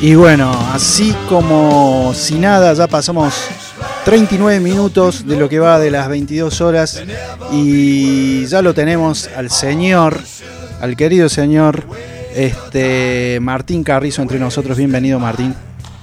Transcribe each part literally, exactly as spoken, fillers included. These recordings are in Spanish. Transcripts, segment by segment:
Y bueno, así como si nada, ya pasamos treinta y nueve minutos de lo que va de las veintidós horas y ya lo tenemos al señor, al querido señor este, Martín Carrizo entre nosotros. Bienvenido, Martín.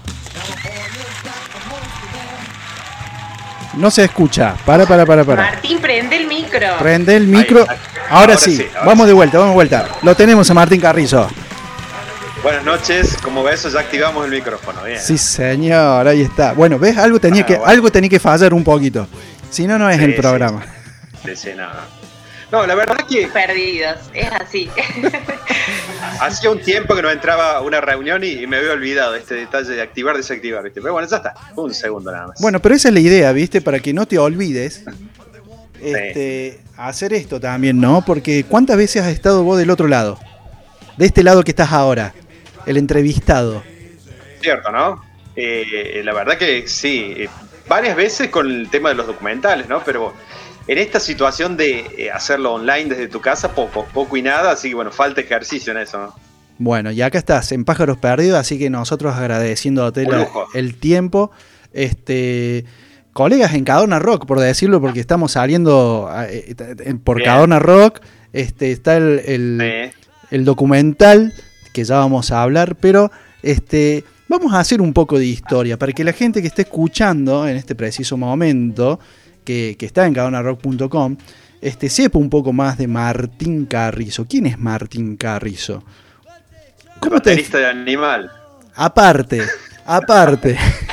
No se escucha. Para, para, para, para. Martín, prende el micro. Prende el micro. Ahí, ahí. Ahora, Ahora sí. sí, ahora vamos sí. de vuelta, vamos de vuelta. Lo tenemos a Martín Carrizo. Buenas noches, como ves, ya activamos el micrófono. Bien. Sí, señor, ahí está. Bueno, ¿ves? Algo tenía, Ah, que, bueno. algo tenía que fallar un poquito. Si no, no es Sí, el sí. programa. Sí, sí, no. No, la verdad es que Perdidos, es así. hacía un tiempo que no entraba a una reunión y, y me había olvidado este detalle de activar, desactivar, ¿viste? Pero bueno, ya está. Un segundo nada más. Bueno, pero esa es la idea, ¿viste? Para que no te olvides, este, hacer esto también, ¿no? Porque ¿cuántas veces has estado vos del otro lado? De este lado que estás ahora, el entrevistado. Cierto, ¿no? Eh, la verdad que sí, eh, varias veces con el tema de los documentales, ¿no? Pero en esta situación de eh, hacerlo online desde tu casa, poco, poco y nada, así que bueno, falta ejercicio en eso, ¿no? Bueno, y acá estás, en Pájaros Perdidos, así que nosotros agradeciéndote Un la- lujo. el tiempo. Este, colegas en Cadorna Rock, por decirlo, porque estamos saliendo eh, eh, por Bien. Cadorna Rock. Este, está el, el, Sí. el documental, que ya vamos a hablar, pero este, vamos a hacer un poco de historia, para que la gente que esté escuchando en este preciso momento, que, que está en cadorna rock punto com, este, sepa un poco más de Martín Carrizo. ¿Quién es Martín Carrizo? El baterista de Animal. Aparte, aparte.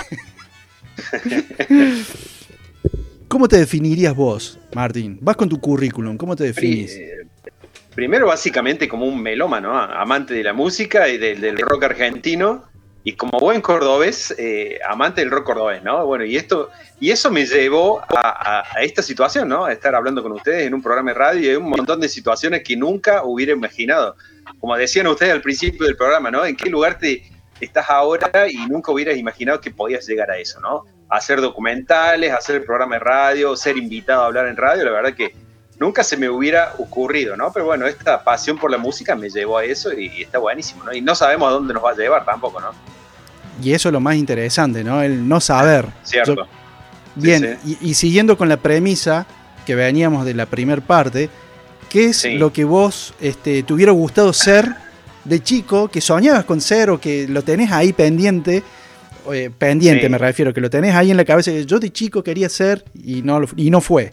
¿Cómo te definirías vos, Martín? Vas con tu currículum, ¿cómo te definís? Eh, Primero, básicamente, como un melómano, ¿no? Amante de la música y del, del rock argentino. Y como buen cordobés, eh, amante del rock cordobés, ¿no? Bueno, y esto y eso me llevó a, a, a esta situación, ¿no? A estar hablando con ustedes en un programa de radio y hay un montón de situaciones que nunca hubiera imaginado. Como decían ustedes al principio del programa, ¿no? ¿En qué lugar te estás ahora y nunca hubieras imaginado que podías llegar a eso, ¿no? Hacer documentales, hacer el programa de radio, ser invitado a hablar en radio, la verdad que nunca se me hubiera ocurrido, ¿no? Pero bueno, esta pasión por la música me llevó a eso y, y está buenísimo, ¿no? Y no sabemos a dónde nos va a llevar tampoco, ¿no? Y eso es lo más interesante, ¿no? El no saber. Cierto. Yo- bien, Sí, Y, y siguiendo con la premisa que veníamos de la primer parte, ¿qué es Sí. lo que vos este, te hubiera gustado ser de chico, que soñabas con ser o que lo tenés ahí pendiente? eh, pendiente Sí. me refiero, que lo tenés ahí en la cabeza, que yo de chico quería ser y no, lo- y no fue.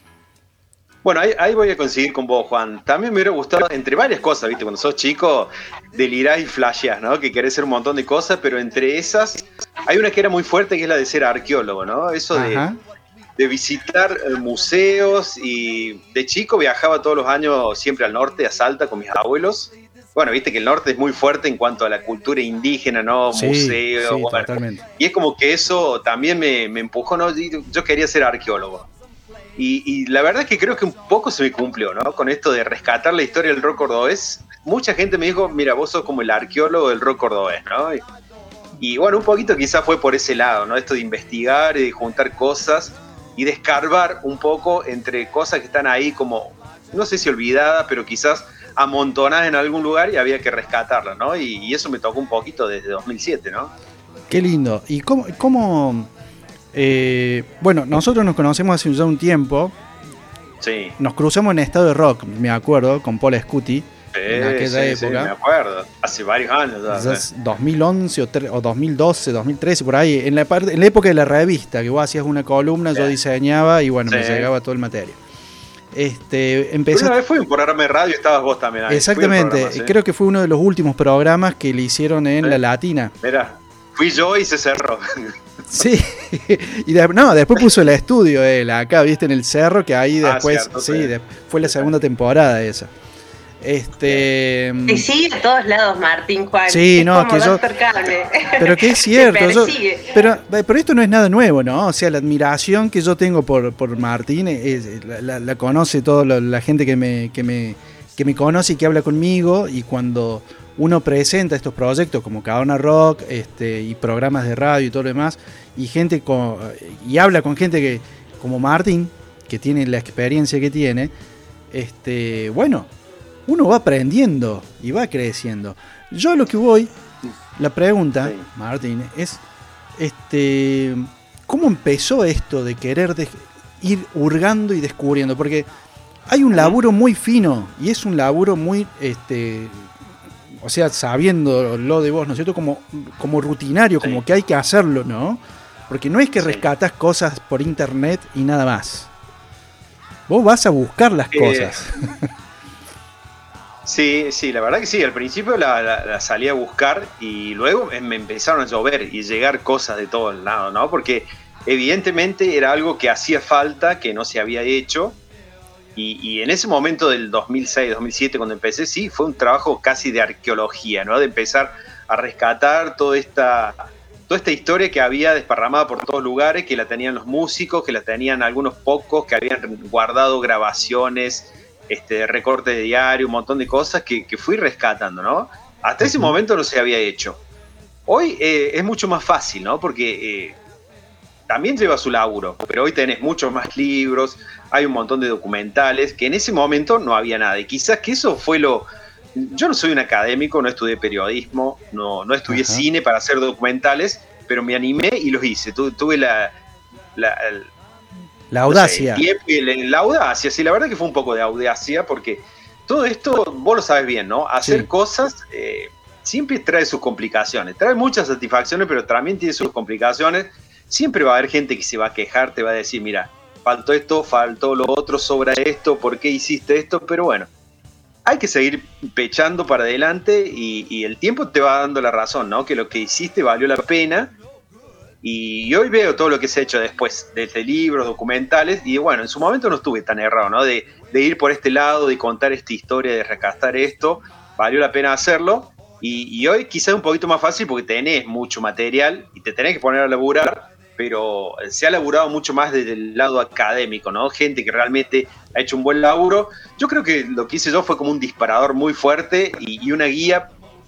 Bueno, ahí, ahí voy a conseguir con vos, Juan. También me hubiera gustado, entre varias cosas, ¿viste? Cuando sos chico, delirás y flasheás, ¿no? Que querés ser un montón de cosas, pero entre esas hay una que era muy fuerte, que es la de ser arqueólogo, ¿no? Eso de, Ajá. de visitar eh, museos, y de chico viajaba todos los años siempre al norte, a Salta, con mis abuelos. Bueno, viste que el norte es muy fuerte en cuanto a la cultura indígena, ¿no? Sí, Museos, sí, bueno. totalmente. Y es como que eso también me, me empujó, ¿no? Y yo quería ser arqueólogo. Y, y la verdad es que creo que un poco se me cumplió, ¿no? Con esto de rescatar la historia del rock cordobés. Mucha gente me dijo, mira, vos sos como el arqueólogo del rock cordobés, ¿no? Y, y bueno, un poquito quizás fue por ese lado, ¿no? Esto de investigar y de juntar cosas y de escarbar un poco entre cosas que están ahí como, no sé si olvidadas, pero quizás amontonadas en algún lugar y había que rescatarlas, ¿no? Y, y eso me tocó un poquito desde dos mil siete, ¿no? Qué lindo. ¿Y cómo, cómo eh, bueno, nosotros nos conocemos hace ya un tiempo, Sí. nos cruzamos en Estado de Rock, me acuerdo, con Paul Scuti, en aquella sí, sí, época. me acuerdo. Hace varios años ya. Ya sí. es dos mil once o, tre- o dos mil doce, dos mil trece, por ahí, en la, parte, en la época de la revista, que vos hacías una columna, yo Bien. diseñaba y bueno, me Sí. llegaba todo el material. Este, Pero empecé, una vez fui a un programa de radio y estabas vos también ahí. exactamente, Fui al programa, sí. creo que fue uno de los últimos programas que le hicieron en Sí. La Latina. Mirá, fui yo y se cerró. Sí, y de- no, después puso el estudio él, acá, viste, en el cerro, que ahí Ah, después, cierto, sí, sí. de- fue la segunda temporada esa. Este, Te sigue a todos lados, Martín, Juan. Sí, Es no, como que yo- Doctor Cable. pero que es cierto, Te yo- persigue. pero, pero esto no es nada nuevo, ¿no? O sea, la admiración que yo tengo por, por Martín, es, la, la- la conoce toda la, la gente que me, que, me, que me conoce y que habla conmigo, y cuando uno presenta estos proyectos como Cadorna Rock este, y programas de radio y todo lo demás, y gente con, y habla con gente que como Martín, que tiene la experiencia que tiene, este, bueno, uno va aprendiendo y va creciendo. Yo a lo que voy La pregunta, Sí. Martín, es este, ¿cómo empezó esto de querer de- ir hurgando y descubriendo? Porque hay un laburo muy fino y es un laburo muy, este, o sea, sabiendo lo de vos, ¿no es cierto? Como, como rutinario, Sí. como que hay que hacerlo, ¿no? Porque no es que Sí. rescatás cosas por internet y nada más. Vos vas a buscar las Eh, cosas. Sí, sí, la verdad que sí, al principio la, la- la salí a buscar y luego me empezaron a llover y llegar cosas de todos lados, ¿no? Porque evidentemente era algo que hacía falta, que no se había hecho y, y en ese momento del dos mil seis, dos mil siete cuando empecé, sí, fue un trabajo casi de arqueología, ¿no? De empezar a rescatar toda esta, toda esta historia que había desparramada por todos lugares, que la tenían los músicos, que la tenían algunos pocos, que habían guardado grabaciones, este, recorte de diario, un montón de cosas que, que fui rescatando, ¿no? Hasta ese Ujú. momento no se había hecho. Hoy eh, es mucho más fácil, ¿no? Porque eh, también lleva su laburo, pero hoy tenés muchos más libros, hay un montón de documentales, que en ese momento no había nada. Y quizás que eso fue lo... Yo no soy un académico, no estudié periodismo, no, no estudié Ajá. cine para hacer documentales, pero me animé y los hice. Tu- Tuve la, la, el- La no sé, el audacia. tiempo y el- la audacia, sí, la verdad que fue un poco de audacia, porque todo esto, vos lo sabes bien, ¿no? Hacer Sí. cosas eh, siempre trae sus complicaciones, trae muchas satisfacciones, pero también tiene sus complicaciones. Siempre va a haber gente que se va a quejar, te va a decir, mira, faltó esto, faltó lo otro, sobra esto, ¿por qué hiciste esto? Pero bueno, hay que seguir pechando para adelante y, y el tiempo te va dando la razón, ¿no? Que lo que hiciste valió la pena. Y hoy veo todo lo que se ha hecho después, desde libros, documentales, y bueno, en su momento no estuve tan errado, ¿no? De, de ir por este lado, de contar esta historia, de rescatar esto, valió la pena hacerlo, y, y hoy quizá es un poquito más fácil porque tenés mucho material y te tenés que poner a laburar, pero se ha laburado mucho más desde el lado académico, ¿no? Gente que realmente ha hecho un buen laburo. Yo creo que lo que hice yo fue como un disparador muy fuerte y, y una guía,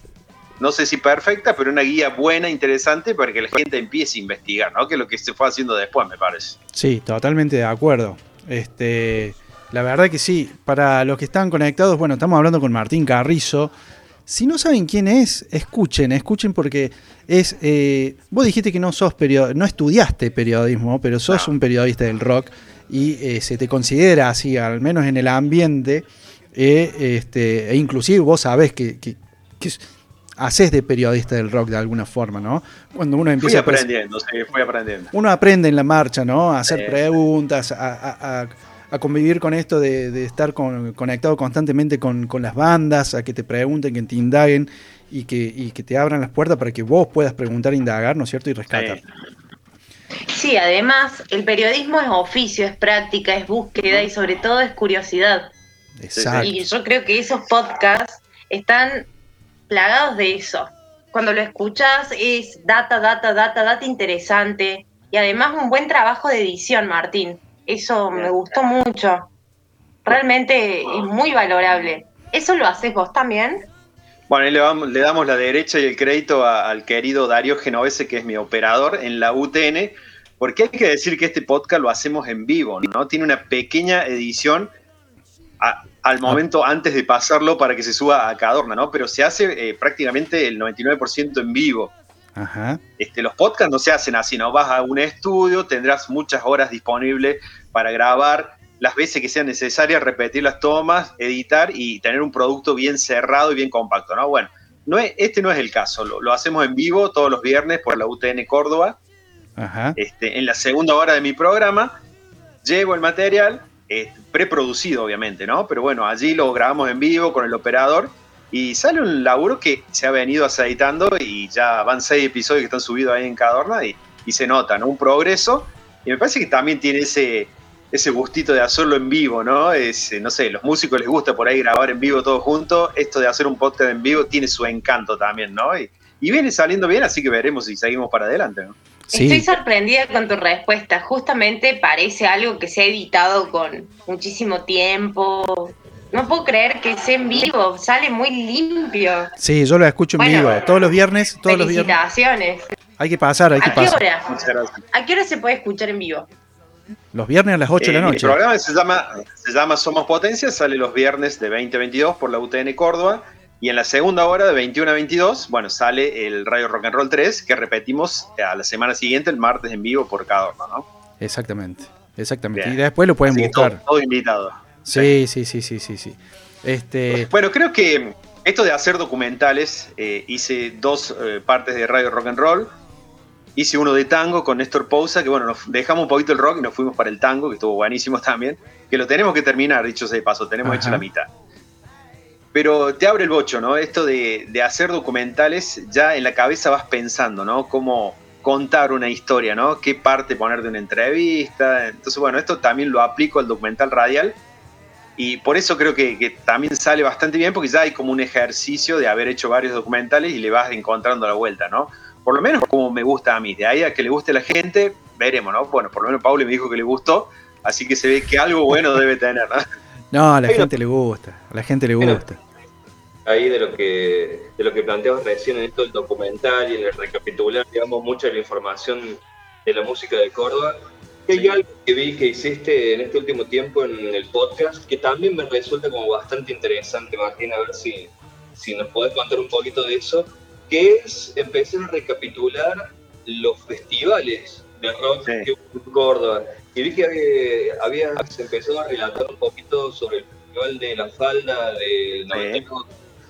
no sé si perfecta, pero una guía buena, interesante, para que la gente empiece a investigar, ¿no? Que es lo que se fue haciendo después, me parece. Sí, totalmente de acuerdo. Este, la verdad que sí. Para los que están conectados, bueno, estamos hablando con Martín Carrizo. Si no saben quién es, escuchen, escuchen porque es. Eh, vos dijiste que no sos period- no estudiaste periodismo, pero sos No. un periodista del rock y eh, se te considera así, al menos en el ambiente, eh, este, e inclusive vos sabés que, que, que haces de periodista del rock de alguna forma, ¿no? Cuando uno Fui empieza a pres- aprendiendo, sí, fui aprendiendo. uno aprende en la marcha, ¿no? A hacer Sí, preguntas, a, a- a- a convivir con esto de, de estar con- conectado constantemente con, con las bandas, a que te pregunten, que te indaguen y que, y que te abran las puertas para que vos puedas preguntar, indagar, ¿no es cierto? Y rescatar. sí. Sí, además, el periodismo es oficio, es práctica, es búsqueda y sobre todo es curiosidad. Exacto. Y yo creo que esos podcasts están plagados de eso. Cuando lo escuchas es data, data, data, data interesante y además un buen trabajo de edición, Martín. Eso me gustó mucho. Realmente es muy valorable. ¿Eso lo haces vos también? Bueno, ahí le, vamos- le damos la derecha y el crédito a- al querido Darío Genovese, que es mi operador en la U T N, porque hay que decir que este podcast lo hacemos en vivo, ¿no? Tiene una pequeña edición a- al momento antes de pasarlo para que se suba a Cadorna, ¿no? Pero se hace eh, prácticamente el noventa y nueve por ciento en vivo. Ajá. Este, los podcasts no se hacen así, ¿no? Vas a un estudio, tendrás muchas horas disponibles para grabar, las veces que sean necesarias, repetir las tomas, editar y tener un producto bien cerrado y bien compacto, ¿no? Bueno, no es, este no es el caso, lo, lo hacemos en vivo todos los viernes por la U T N Córdoba. Ajá. Este, en la segunda hora de mi programa, llevo el material, eh, preproducido obviamente, ¿no? Pero bueno, allí lo grabamos en vivo con el operador y sale un laburo que se ha venido aceitando y ya van seis episodios que están subidos ahí en Cadorna y, y se nota, ¿no? Un progreso. Y me parece que también tiene ese, ese gustito de hacerlo en vivo, ¿no? Es, no sé, los músicos les gusta por ahí grabar en vivo todos juntos. Esto de hacer un podcast en vivo tiene su encanto también, ¿no? Y, y viene saliendo bien, así que veremos si seguimos para adelante, ¿no? Sí. Estoy sorprendida con tu respuesta. Justamente parece algo que se ha editado con muchísimo tiempo. No puedo creer que sea en vivo, sale muy limpio. Sí, yo lo escucho en Bueno, vivo. Todos los viernes, todos los viernes. Felicitaciones. Hay que pasar, hay que ¿A qué pasar. hora? Muchas gracias. ¿A qué hora se puede escuchar en vivo? Los viernes a las ocho de Eh, la Mi noche. programa se llama, se llama Somos Potencia, sale los viernes de veinte a veintidós por la U T N Córdoba. Y en la segunda hora, de veintiuno a veintidós, bueno, sale el Radio Rock and Roll tres, que repetimos a la semana siguiente, el martes en vivo por Cadorna, ¿no? Exactamente, exactamente. Bien. Y después lo pueden Así buscar. Todo, todo invitado. Sí, sí, sí, sí, sí, sí. Este... Bueno, creo que esto de hacer documentales, eh, hice dos eh, partes de Radio Rock and Roll. Hice uno de tango con Néstor Pousa, que bueno, nos dejamos un poquito el rock y nos fuimos para el tango, que estuvo buenísimo también. Que lo tenemos que terminar, dicho sea de paso, tenemos Ajá. hecho la mitad. Pero te abre el bocho, ¿no? Esto de, de hacer documentales, ya en la cabeza vas pensando, ¿no? Cómo contar una historia, ¿no? Qué parte poner de una entrevista. Entonces, bueno, esto también lo aplico al documental radial. Y por eso creo que, que también sale bastante bien, porque ya hay como un ejercicio de haber hecho varios documentales y le vas encontrando la vuelta, ¿no? Por lo menos como me gusta a mí. De ahí a que le guste a la gente, veremos, ¿no? Bueno, por lo menos Pablo me dijo que le gustó, así que se ve que algo bueno debe tener, ¿no? No, a la Hay gente le gusta, a la gente le Bueno, gusta. ahí de lo que de lo que planteabas recién en esto del documental y en el recapitular, digamos, mucha de la información de la música de Córdoba. Y hay Sí. algo que vi que hiciste en este último tiempo en el podcast que también me resulta como bastante interesante, Martín, a ver si, si nos podés contar un poquito de eso, que es empezar a recapitular los festivales de rock Sí. que hubo en Córdoba. Y vi que había, habías empezado a relatar un poquito sobre el Festival de la Falda del noventa y dos.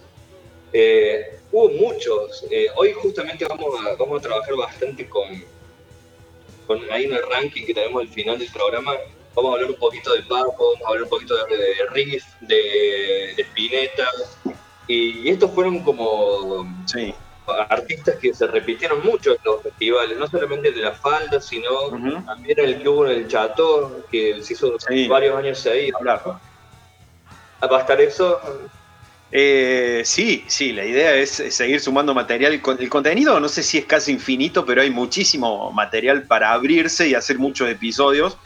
Eh, hubo muchos. Eh, hoy justamente vamos a, vamos a trabajar bastante con, con ahí en el ranking que tenemos al final del programa. Vamos a hablar un poquito de Papo, vamos a hablar un poquito de, de Riff, de, de Spinetta. Y, y estos fueron como Sí. artistas que se repitieron mucho en los festivales, no solamente el de la Falda, sino Uh-huh. también el que hubo en el Chateau, que se hizo Sí. varios años ahí. Hablar. ¿Va a estar eso? Eh, sí, sí, la idea es seguir sumando material. El contenido no sé si es casi infinito, pero hay muchísimo material para abrirse y hacer muchos episodios.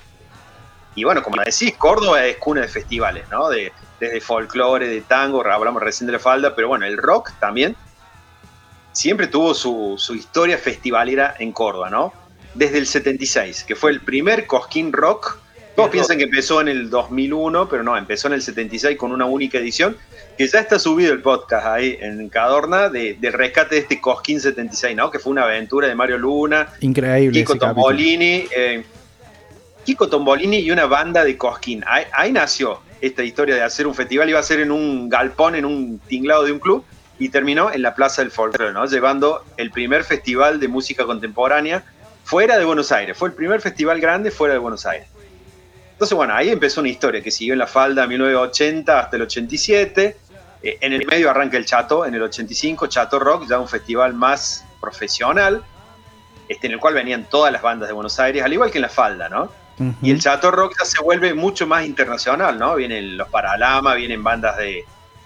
Y bueno, como decís, Córdoba es cuna de festivales, ¿no? De, desde folclore, de tango, hablamos recién de la Falda, pero bueno, el rock también siempre tuvo su, su historia festivalera en Córdoba, ¿no? Desde el setenta y seis, que fue el primer Cosquín Rock. Todos piensan que empezó en el dos mil uno, pero no, empezó en el setenta y seis con una única edición, que ya está subido el podcast ahí en Cadorna, de, del rescate de este Cosquín setenta y seis, ¿no? Que fue una aventura de Mario Luna, Increíble. Kiko ese capítulo. Tombolini, eh, Kiko Tombolini y una banda de Cosquín. Ahí, ahí nació esta historia de hacer un festival. Iba a ser en un galpón, en un tinglado de un club, y terminó en la Plaza del Folclore, ¿no? Llevando el primer festival de música contemporánea fuera de Buenos Aires. Fue el primer festival grande fuera de Buenos Aires. Entonces, bueno, ahí empezó una historia que siguió en la Falda mil novecientos ochenta hasta el ochenta y siete. Eh, en el medio arranca el Chateau en el ochenta y cinco, Chateau Rock, ya un festival más profesional, este, en el cual venían todas las bandas de Buenos Aires, al igual que en la Falda, ¿no? Uh-huh. Y el Chateau Rock ya se vuelve mucho más internacional, ¿no? Vienen los Paralamas, vienen bandas de,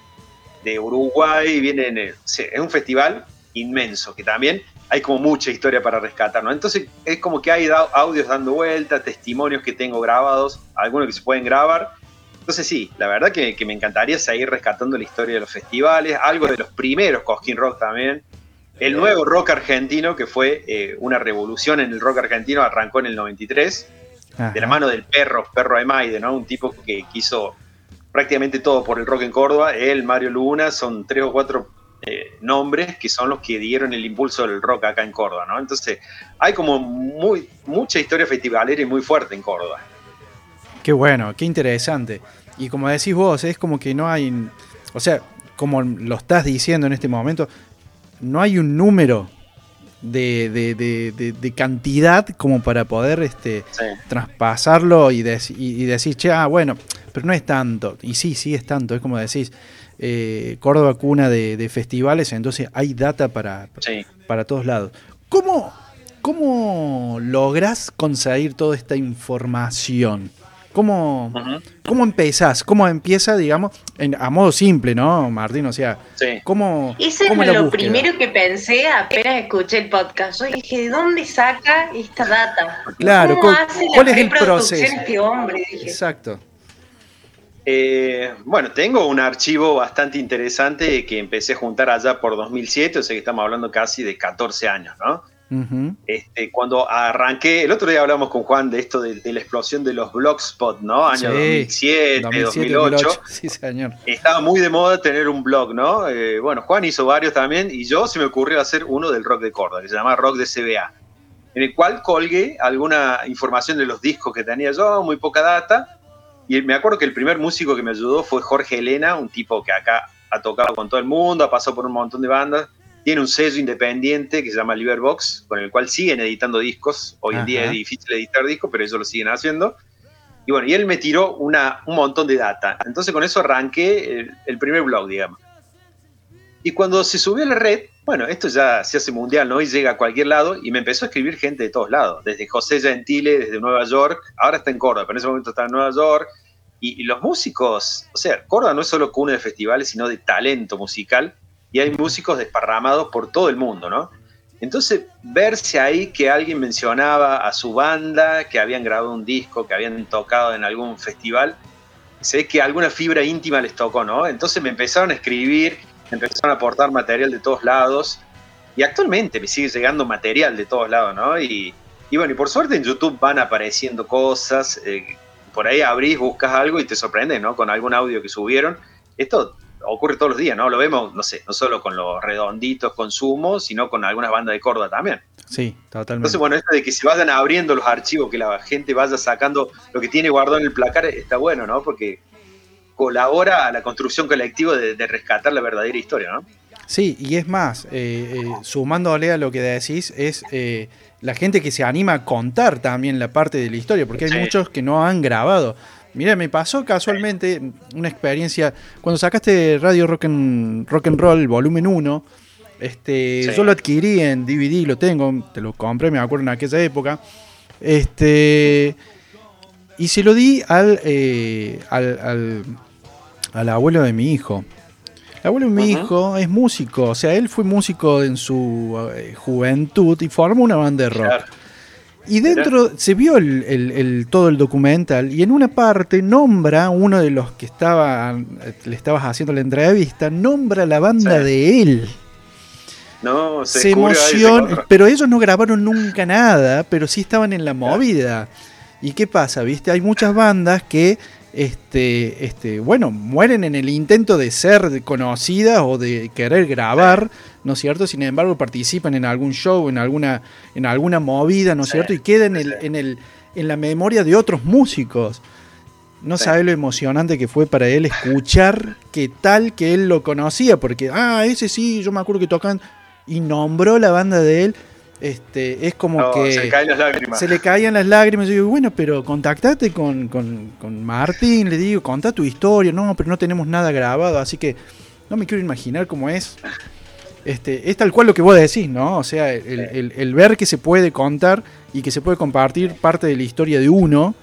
de Uruguay, vienen... Eh, sí, es un festival inmenso, que también hay como mucha historia para rescatar, ¿no? Entonces es como que hay da- audios dando vuelta, testimonios que tengo grabados, algunos que se pueden grabar. Entonces sí, la verdad que, que me encantaría seguir rescatando la historia de los festivales, algo de los primeros Cosquín Rock también. El nuevo rock argentino, que fue eh, una revolución en el rock argentino, arrancó en el noventa y tres, Ajá. de la mano del Perro, Perro Emaide, ¿no? Un tipo que quiso prácticamente todo por el rock en Córdoba. Él, Mario Luna, son tres o cuatro eh, nombres que son los que dieron el impulso del rock acá en Córdoba, ¿no? Entonces hay como muy, mucha historia festivalera y muy fuerte en Córdoba. Qué bueno, qué interesante. Y como decís vos, es como que no hay, o sea, como lo estás diciendo en este momento, no hay un número de, de, de, de, de cantidad como para poder este, Sí. traspasarlo y, de, y, y decir, che, ah, bueno, pero no es tanto. Y sí, sí es tanto, es como decís, eh, Córdoba cuna de, de festivales, entonces hay data para, Sí. para todos lados. ¿Cómo, cómo lográs conseguir toda esta información? ¿Cómo, Uh-huh. ¿Cómo empezás? ¿Cómo empieza, digamos, en, a modo simple, ¿no, Martín? O sea, Sí. ¿cómo, Eso cómo es la lo búsqueda? primero que pensé apenas escuché el podcast. Yo dije, ¿de dónde saca esta data? Claro, ¿Cómo cu- hace ¿cuál la es el preproducción proceso? este hombre? Dije. Exacto. Eh, bueno, tengo un archivo bastante interesante que empecé a juntar allá por dos mil siete, o sea que estamos hablando casi de catorce años, ¿no? Uh-huh. Este, cuando arranqué, el otro día hablamos con Juan de esto de, de la explosión de los blogspot, ¿no? Año Sí, dos mil siete, dos mil siete, dos mil ocho. dos mil ocho. Sí, señor. Estaba muy de moda tener un blog, ¿no? Eh, bueno, Juan hizo varios también y yo se me ocurrió hacer uno del rock de Córdoba, que se llama Rock de C B A, en el cual colgué alguna información de los discos que tenía yo, muy poca data. Y me acuerdo que el primer músico que me ayudó fue Jorge Elena, un tipo que acá ha tocado con todo el mundo, ha pasado por un montón de bandas. Tiene un sello independiente que se llama Liberbox, con el cual siguen editando discos. Hoy Ajá. en día es difícil editar discos, pero ellos lo siguen haciendo. Y bueno, y él me tiró una, un montón de data. Entonces con eso arranqué el, el primer blog, digamos. Y cuando se subió a la red, bueno, esto ya se hace mundial, ¿no? Y llega a cualquier lado, y me empezó a escribir gente de todos lados. Desde José Gentile, desde Nueva York, ahora está en Córdoba, pero en ese momento está en Nueva York. Y, y los músicos, o sea, Córdoba no es solo cuna de festivales, sino de talento musical. Y hay músicos desparramados por todo el mundo, ¿no? Entonces, verse ahí que alguien mencionaba a su banda, que habían grabado un disco, que habían tocado en algún festival, se ve que alguna fibra íntima les tocó, ¿no? Entonces me empezaron a escribir, me empezaron a aportar material de todos lados, y actualmente me sigue llegando material de todos lados, ¿no? Y, y bueno, y por suerte en YouTube van apareciendo cosas, eh, por ahí abrís, buscas algo y te sorprendes, ¿no? Con algún audio que subieron. Esto ocurre todos los días, ¿no? Lo vemos, no sé, no solo con los redonditos con Sumo, sino con algunas bandas de Córdoba también. Sí, totalmente. Entonces, bueno, esto de que se vayan abriendo los archivos, que la gente vaya sacando lo que tiene guardado en el placar, está bueno, ¿no? Porque colabora a la construcción colectiva de, de rescatar la verdadera historia, ¿no? Sí, y es más, eh, eh, sumándole a lo que decís, es eh, la gente que se anima a contar también la parte de la historia, porque hay sí. muchos que no han grabado. Mira, me pasó casualmente una experiencia cuando sacaste Radio Rock and, Rock and Roll volumen uno. Este, sí. Yo lo adquirí en D V D, lo tengo, te lo compré, me acuerdo en aquella época. Este, y se lo di al, eh, al, al, al abuelo de mi hijo. El abuelo de mi uh-huh. hijo es músico, o sea, él fue músico en su eh, juventud y formó una banda de rock. Claro. Y dentro ¿Era? se vio el, el, el, todo el documental y en una parte nombra uno de los que estaba, le estabas haciendo la entrevista, nombra la banda sí. de él. No, se, se emociona, pero ellos no grabaron nunca nada, pero sí estaban en la movida. ¿Y qué pasa? ¿Viste? Hay muchas bandas que este, este, bueno, mueren en el intento de ser conocidas o de querer grabar, ¿no es cierto? Sin embargo, participan en algún show, en alguna, en alguna movida, ¿no es sí, cierto? Y quedan en, en, el, en la memoria de otros músicos. No sí. sabe lo emocionante que fue para él escuchar que tal que él lo conocía, porque, ah, ese sí, yo me acuerdo que tocan, y nombró la banda de él. Este, es como no, que se le caen las lágrimas. Se le caían las lágrimas. Yo digo, bueno, pero contactate con, con, con Martín, le digo, contá tu historia. No, pero no tenemos nada grabado, así que no me quiero imaginar cómo es. Este, es tal cual lo que vos decís, ¿no? O sea, el, el, el ver que se puede contar y que se puede compartir parte de la historia de uno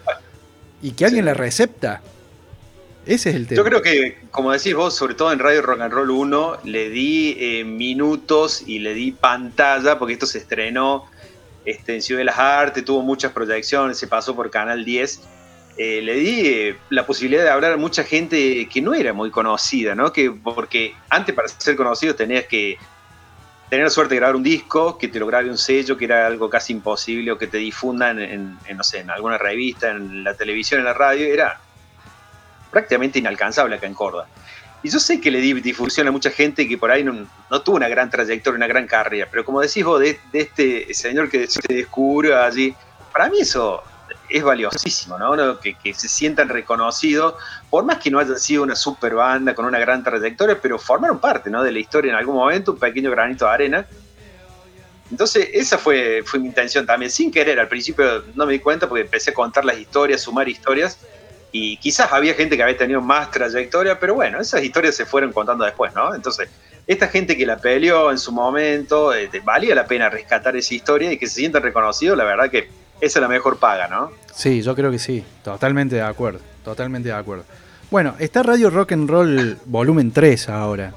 y que alguien sí. la recepta. Ese es el tema. Yo creo que, como decís vos, sobre todo en Radio Rock and Roll uno, le di eh, minutos y le di pantalla, porque esto se estrenó este, en Ciudad de las Artes, tuvo muchas proyecciones, se pasó por Canal diez. Eh, le di eh, la posibilidad de hablar a mucha gente que no era muy conocida, ¿no? Que, porque antes para ser conocido tenías que tener la suerte de grabar un disco, que te lo grabe un sello, que era algo casi imposible, o que te difundan en, en, no sé, en alguna revista, en la televisión, en la radio, era prácticamente inalcanzable acá en Córdoba. Y yo sé que le di difusión a mucha gente que por ahí no, no tuvo una gran trayectoria, una gran carrera, pero como decís vos, de, de este señor que se descubrió allí, para mí eso es valiosísimo, ¿no? ¿no? Que, que se sientan reconocidos, por más que no hayan sido una super banda con una gran trayectoria, pero formaron parte, ¿no? de la historia en algún momento, un pequeño granito de arena. Entonces esa fue, fue mi intención también, sin querer. Al principio no me di cuenta porque empecé a contar las historias, sumar historias, y quizás había gente que había tenido más trayectoria, pero bueno, esas historias se fueron contando después, ¿no? Entonces, esta gente que la peleó en su momento, eh, valía la pena rescatar esa historia y que se sientan reconocidos, la verdad que esa es la mejor paga, ¿no? Sí, yo creo que sí, totalmente de acuerdo, totalmente de acuerdo. Bueno, está Radio Rock and Roll volumen tres ahora.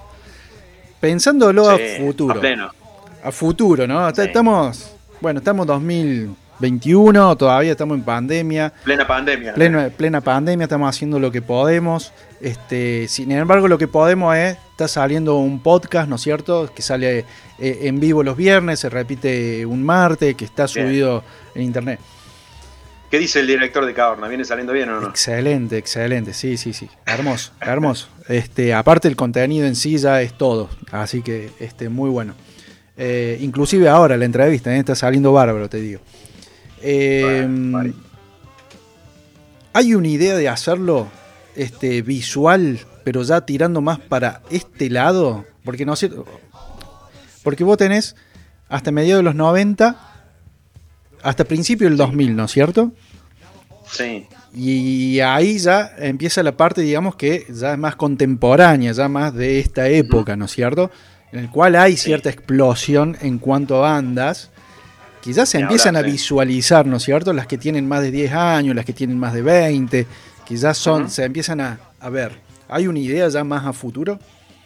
Pensándolo sí, a futuro. A pleno. A futuro, ¿no? Sí. Estamos, bueno, estamos dos mil veintiuno, todavía estamos en pandemia. Plena pandemia. Plena, plena pandemia, estamos haciendo lo que podemos. Este, sin embargo, lo que podemos es, está saliendo un podcast, ¿no es cierto? Que sale eh, en vivo los viernes, se repite un martes, que está subido bien en internet. ¿Qué dice el director de Caverna? ¿Viene saliendo bien o no? Excelente, excelente, sí, sí, sí. Hermoso, hermoso. Este, aparte el contenido en sí ya es todo, así que este, muy bueno. Eh, inclusive ahora la entrevista, ¿eh? Está saliendo bárbaro, te digo. Eh, vale, vale. Hay una idea de hacerlo este, visual, pero ya tirando más para este lado, porque no sé, porque vos tenés hasta mediados de los noventa, hasta principio del dos mil, ¿no es cierto? Sí. Y ahí ya empieza la parte, digamos, que ya es más contemporánea, ya más de esta época, ¿no es cierto? En el cual hay cierta sí. explosión en cuanto a bandas, que ya se y empiezan ahora, a visualizar, ¿no es cierto? Las que tienen más de diez años, las que tienen más de veinte, que ya son, uh-huh. se empiezan a, a ver. ¿Hay una idea ya más a futuro?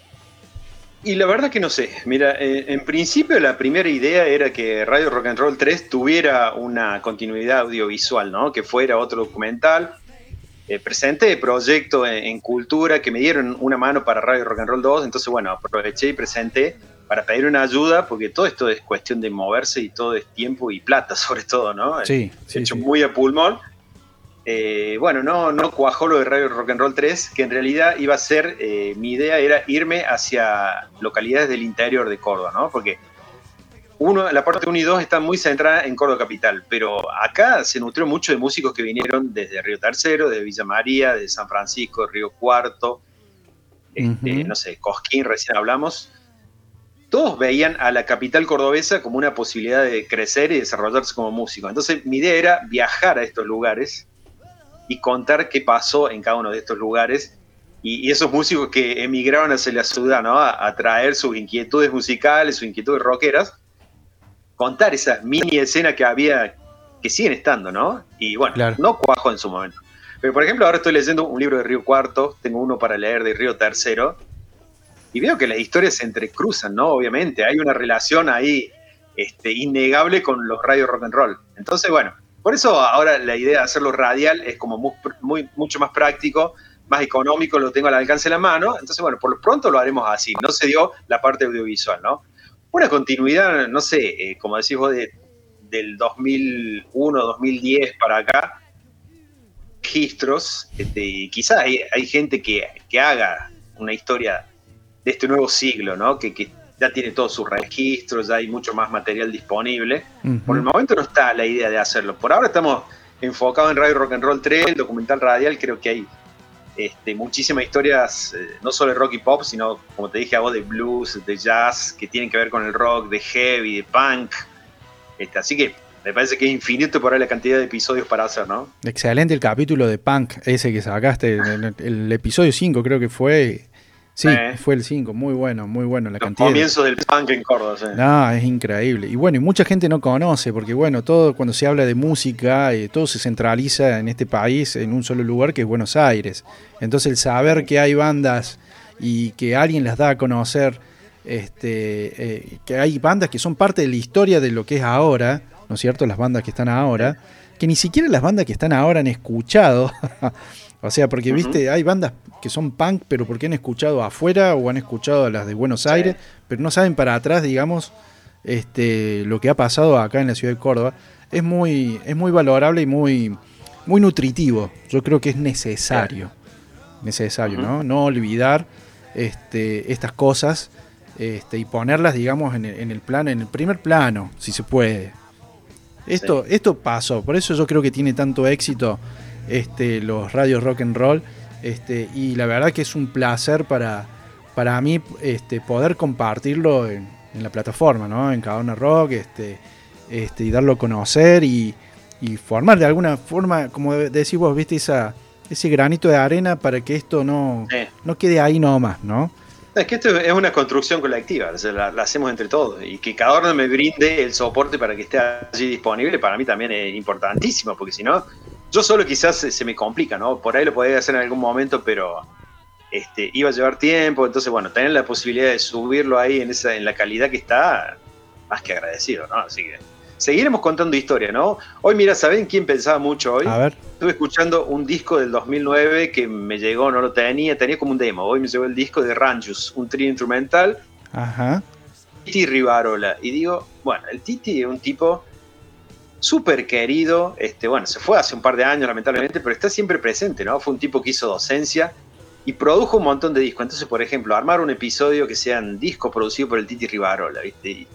Y la verdad que no sé. Mira, eh, en principio la primera idea era que Radio Rock and Roll tres tuviera una continuidad audiovisual, ¿no? Que fuera otro documental. Eh, presenté el proyecto en, en Cultura, que me dieron una mano para Radio Rock and Roll dos, entonces bueno, aproveché y presenté para pedir una ayuda, porque todo esto es cuestión de moverse y todo es tiempo y plata, sobre todo, ¿no? Sí, sí, hecho sí. muy a pulmón. Eh, bueno, no, no cuajó lo de Radio Rock and Roll tres, que en realidad iba a ser, eh, mi idea era irme hacia localidades del interior de Córdoba, ¿no? Porque uno, la parte uno y dos está muy centrada en Córdoba capital, pero acá se nutrió mucho de músicos que vinieron desde Río Tercero, de Villa María, de San Francisco, Río Cuarto, este, uh-huh. no sé, Cosquín, recién hablamos. Todos veían a la capital cordobesa como una posibilidad de crecer y desarrollarse como músico. Entonces mi idea era viajar a estos lugares y contar qué pasó en cada uno de estos lugares, y, y esos músicos que emigraron hacia la ciudad, ¿no? A, a traer sus inquietudes musicales, sus inquietudes rockeras, contar esa mini escena que había, que siguen estando, ¿no? Y bueno, claro. no cuajó en su momento. Pero por ejemplo, ahora estoy leyendo un libro de Río Cuarto, tengo uno para leer de Río Tercero, y veo que las historias se entrecruzan, ¿no? Obviamente, hay una relación ahí este, innegable con los Radio Rock and Roll. Entonces, bueno, por eso ahora la idea de hacerlo radial es como muy, muy, mucho más práctico, más económico, lo tengo al alcance de la mano. Entonces, bueno, por lo pronto lo haremos así. No se dio la parte audiovisual, ¿no? Una continuidad, no sé, eh, como decís vos, de, del dos mil uno, dos mil diez para acá, registros, este, quizás hay, hay gente que, que haga una historia de este nuevo siglo, ¿no? Que, que ya tiene todos sus registros, ya hay mucho más material disponible. Uh-huh. Por el momento no está la idea de hacerlo. Por ahora estamos enfocados en Radio Rock and Roll tres, el documental radial. Creo que hay este, muchísimas historias, eh, no solo de rock y pop, sino, como te dije a vos, de blues, de jazz, que tienen que ver con el rock, de heavy, de punk. Este, así que me parece que es infinito por ahí la cantidad de episodios para hacer, ¿no? Excelente el capítulo de punk, ese que sacaste, el, el episodio cinco creo que fue... Sí, eh. fue el cinco, muy bueno, muy bueno. La Los comienzos de... del punk en Córdoba, sí. No, es increíble. Y bueno, y mucha gente no conoce, porque bueno, todo cuando se habla de música, eh, todo se centraliza en este país, en un solo lugar, que es Buenos Aires. Entonces el saber que hay bandas y que alguien las da a conocer, este, eh, que hay bandas que son parte de la historia de lo que es ahora, ¿no es cierto? Las bandas que están ahora, que ni siquiera las bandas que están ahora han escuchado. O sea, porque, viste, uh-huh. hay bandas que son punk, pero porque han escuchado afuera o han escuchado a las de Buenos Aires, sí. pero no saben para atrás, digamos, este, lo que ha pasado acá en la ciudad de Córdoba. Es muy, es muy valorable y muy, muy nutritivo. Yo creo que es necesario, sí. necesario, uh-huh. ¿no? No olvidar este, estas cosas este, y ponerlas, digamos, en el, en el plano, en el primer plano, si se puede. Esto, sí. esto pasó, por eso yo creo que tiene tanto éxito. Este, los radios rock and roll, este, y la verdad que es un placer para, para mí este, poder compartirlo en, en la plataforma, ¿no? En Caverna Rock, este, este, y darlo a conocer y, y formar de alguna forma, como decís vos, viste, esa, ese granito de arena para que esto no, sí. no quede ahí nomás, ¿no? Es que esto es una construcción colectiva, o sea, la, la hacemos entre todos, y que cada uno me brinde el soporte para que esté allí disponible, para mí también es importantísimo, porque si no, yo solo quizás se, se me complica, ¿no? Por ahí lo podría hacer en algún momento, pero este, iba a llevar tiempo, entonces bueno, tener la posibilidad de subirlo ahí en esa en la calidad que está, más que agradecido, ¿no? Así que seguiremos contando historias, ¿no? Hoy, mira, ¿saben quién pensaba mucho hoy? A ver. Estuve escuchando un disco del dos mil nueve que me llegó, no lo tenía, tenía como un demo. Hoy me llegó el disco de Ranjus, un trío instrumental. Ajá. Titi Rivarola. Y digo, bueno, el Titi es un tipo súper querido. Este, bueno, se fue hace un par de años, lamentablemente, pero está siempre presente, ¿no? Fue un tipo que hizo docencia y produjo un montón de discos. Entonces, por ejemplo, armar un episodio que sean discos producidos por el Titi Rivarola, ¿viste? Y,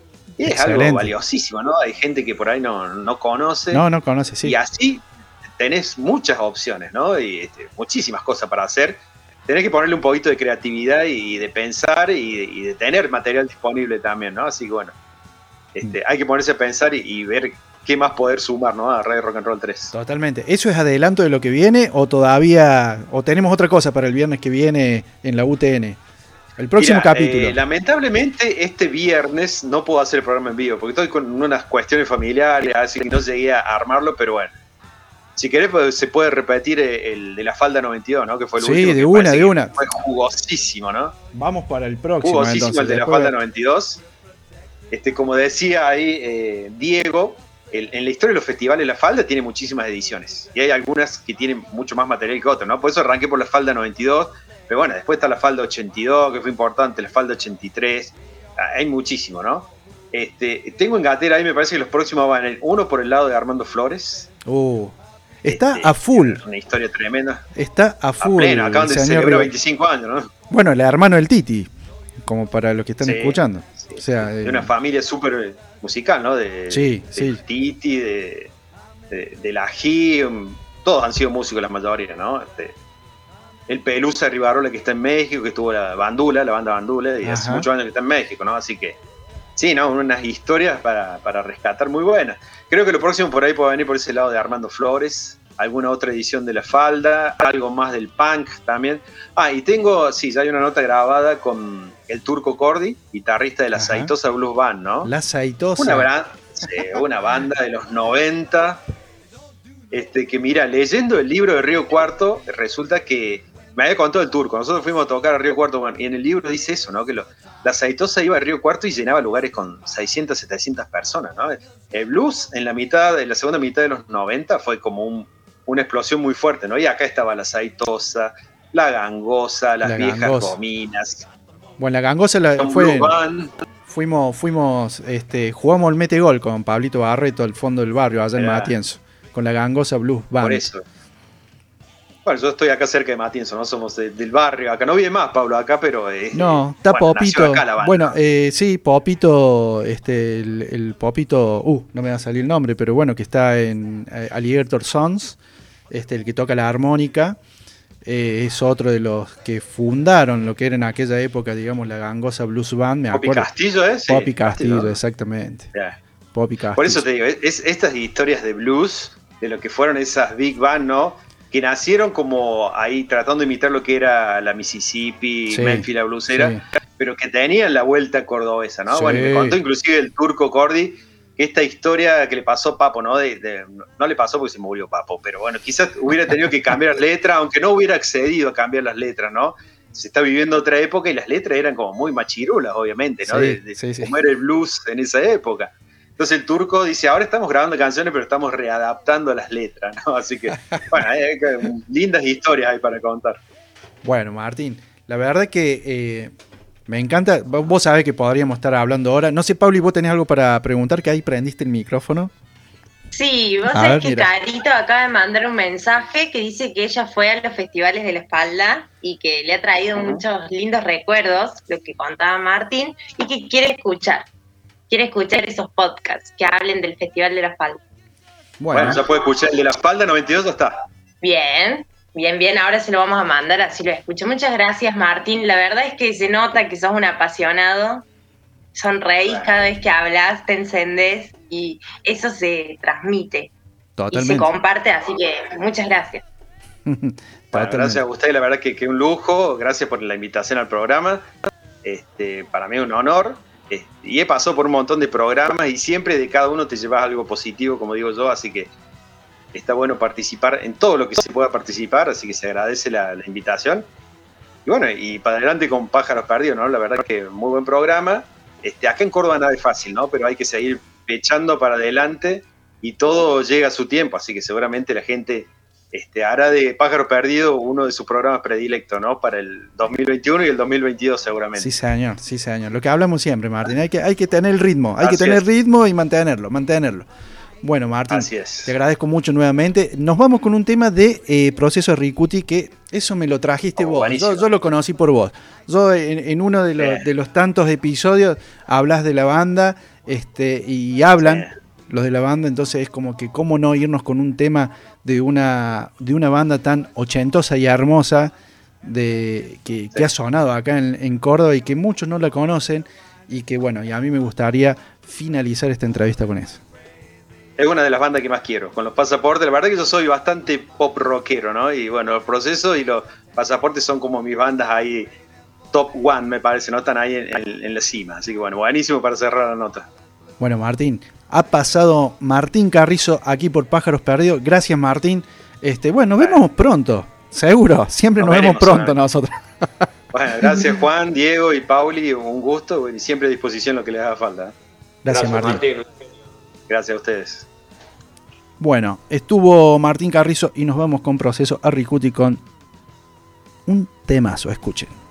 y es Excelente. algo valiosísimo, ¿no? Hay gente que por ahí no, no conoce. No, no conoce, sí. Y así tenés muchas opciones, ¿no? Y este, muchísimas cosas para hacer. Tenés que ponerle un poquito de creatividad y de pensar y de, y de tener material disponible también, ¿no? Así que bueno, este, hay que ponerse a pensar y, y ver qué más poder sumar, ¿no? A Radio Rock and Roll tres. Totalmente. ¿Eso es adelanto de lo que viene o todavía, o tenemos otra cosa para el viernes que viene en la U T N? El próximo Mirá, capítulo. Eh, lamentablemente este viernes no puedo hacer el programa en vivo porque estoy con unas cuestiones familiares, así que no llegué a armarlo, pero bueno. Si querés, pues, se puede repetir el de la falda noventa y dos, ¿no? Que fue el Sí, último. de que una, de que una. Fue jugosísimo, ¿no? Vamos para el próximo. Jugosísimo entonces, el de la después- falda noventa y dos. Este, como decía ahí eh, Diego, el, en la historia de los festivales la falda tiene muchísimas ediciones. Y hay algunas que tienen mucho más material que otras, ¿no? Por eso arranqué por la falda noventa y dos. Pero bueno, después está la falda ochenta y dos, que fue importante, la falda ochenta y tres. Ah, hay muchísimo, ¿no? Este, tengo en gatera ahí, me parece que los próximos van a ir uno por el lado de Armando Flores. Uh, está Este, a full. Una historia tremenda. Está a A full. pleno, acaban de señor celebrar Riva- veinticinco años, ¿no? Bueno, el hermano del Titi, como para los que están Sí, escuchando. sí. O sea, De eh, una familia súper eh, musical, ¿no? De, Sí, de sí. Titi, de, de, de la G, um, todos han sido músicos la mayoría, ¿no? Este, el Pelusa Rivarola que está en México, que estuvo la Bandula, la banda Bandula, y hace Ajá. muchos años que está en México, ¿no? Así que, sí, ¿no? Unas historias para, para rescatar muy buenas. Creo que lo próximo por ahí puede venir por ese lado de Armando Flores, alguna otra edición de La Falda, algo más del punk también. Ah, y tengo, sí, ya hay una nota grabada con el Turco Cordi, guitarrista de la Ajá. Saitosa Blues Band, ¿no? La Saitosa. Una, bra- sí, una banda de los noventa, este, que mira, leyendo el libro de Río Cuarto, resulta que, me había contado el Turco, nosotros fuimos a tocar a Río Cuarto, bueno, y en el libro dice eso, ¿no? Que lo, la Saitosa iba a Río Cuarto y llenaba lugares con seiscientas, setecientas personas, ¿no? El blues en la mitad, en la segunda mitad de los noventa fue como un, una explosión muy fuerte, ¿no? Y acá estaba la Saitosa, la Gangosa, las La viejas Gangosa. gominas, Bueno, la gangosa la, Tom fue. Blue Band. Fuimos, fuimos, este, jugamos el mete gol con Pablito Barreto al fondo del barrio, allá en Mirá. Matienzo, con la gangosa Blues Band. Por eso. Bueno, yo estoy acá cerca de Matienzo, ¿no? Somos de- del barrio. Acá no vive más Pablo acá, pero... eh, No, está bueno, nació Popito. acá la banda. Bueno, eh, sí, Popito, este, el, el Popito, uh, no me va a salir el nombre, pero bueno, que está en eh, Alligator Sons, este, el que toca la armónica, eh, es otro de los que fundaron lo que era en aquella época, digamos, la gangosa Blues Band, me Poppy acuerdo. Castillo, ¿eh? Sí, Poppy Castillo, ¿no? exactamente. Ya. Poppy Castillo. Por eso te digo, es, estas historias de blues, de lo que fueron esas big band, ¿no? Que nacieron como ahí tratando de imitar lo que era la Mississippi, Sí, Memphis, la bluesera, sí. pero que tenían la vuelta cordobesa, ¿no? Sí. Bueno, y me contó inclusive el Turco Cordi que esta historia que le pasó a Papo, ¿no? De, de- no le pasó porque se murió Papo, pero bueno, quizás hubiera tenido que cambiar letras, aunque no hubiera accedido a cambiar las letras, ¿no? Se está viviendo otra época y las letras eran como muy machirulas, obviamente, ¿no? Sí, de, de sí, sí. cómo era el blues en esa época. Entonces el Turco dice, ahora estamos grabando canciones, pero estamos readaptando las letras, ¿no? Así que, bueno, hay, hay lindas historias hay para contar. Bueno, Martín, la verdad que eh, me encanta. Vos sabés que podríamos estar hablando ahora. No sé, Pablo, ¿y vos tenés algo para preguntar? Que ahí prendiste el micrófono. Sí, vos A sabés ver, que mira. Carito acaba de mandar un mensaje que dice que ella fue a los festivales de la espalda y que le ha traído Ujú. muchos lindos recuerdos, lo que contaba Martín, y que quiere escuchar, quiere escuchar esos podcasts que hablen del Festival de la Espalda. Bueno, Bueno, ya puede escuchar el de la espalda noventa y dos, ya está. Bien, bien, bien, ahora se lo vamos a mandar, así lo escucho. Muchas gracias, Martín. La verdad es que se nota que sos un apasionado, sonreís Bueno. cada vez que hablas, te encendés y eso se transmite y se totalmente. comparte, así que muchas gracias. Bueno, Totalmente. gracias a usted, la verdad que, que un lujo, gracias por la invitación al programa. Este, para mí es un honor. Este, y he pasado por un montón de programas y siempre de cada uno te llevas algo positivo, como digo yo, así que está bueno participar en todo lo que se pueda participar, así que se agradece la, la invitación. Y bueno, y para adelante con Pájaros Perdidos, ¿no? La verdad que muy buen programa. Este, acá en Córdoba nada es fácil, ¿no? Pero hay que seguir echando para adelante y todo llega a su tiempo, así que seguramente la gente este, hará de Pájaro Perdido uno de sus programas predilectos, ¿no? Para el dos mil veintiuno y el dos mil veintidós seguramente. Sí, señor, sí, señor. Lo que hablamos siempre, Martín, hay que, hay que tener el ritmo, hay Así que tener es. ritmo y mantenerlo, mantenerlo. Bueno, Martín, Así es. te agradezco mucho nuevamente. Nos vamos con un tema de eh, Proceso Ricuti, que eso me lo trajiste Oh, vos. buenísimo. Yo, yo lo conocí por vos. Yo en, en uno de los, Bien. de los tantos episodios hablas de la banda este, y hablan Sí. los de la banda, entonces es como que cómo no irnos con un tema de una, de una banda tan ochentosa y hermosa de, que, que ha sonado acá en, en Córdoba y que muchos no la conocen y que bueno, y a mí me gustaría finalizar esta entrevista con eso. Es una de las bandas que más quiero, con los Pasaportes. La verdad que yo soy bastante pop rockero, ¿no? Y bueno, los Procesos y los Pasaportes son como mis bandas ahí, top one, me parece, ¿no? Están ahí en, en, en la cima. Así que bueno, buenísimo para cerrar la nota. Bueno, Martín, ha pasado Martín Carrizo aquí por Pájaros Perdidos. Gracias, Martín. Este, bueno, nos vemos pronto, seguro. Siempre nos, Nos vemos veremos, pronto ¿no? nosotros. Bueno, gracias Juan, Diego y Pauli, un gusto y siempre a disposición lo que les haga falta. ¿eh? Gracias, Martín. Gracias a ustedes. Bueno, estuvo Martín Carrizo y nos vamos con Proceso a Ricuti con un temazo. Escuchen.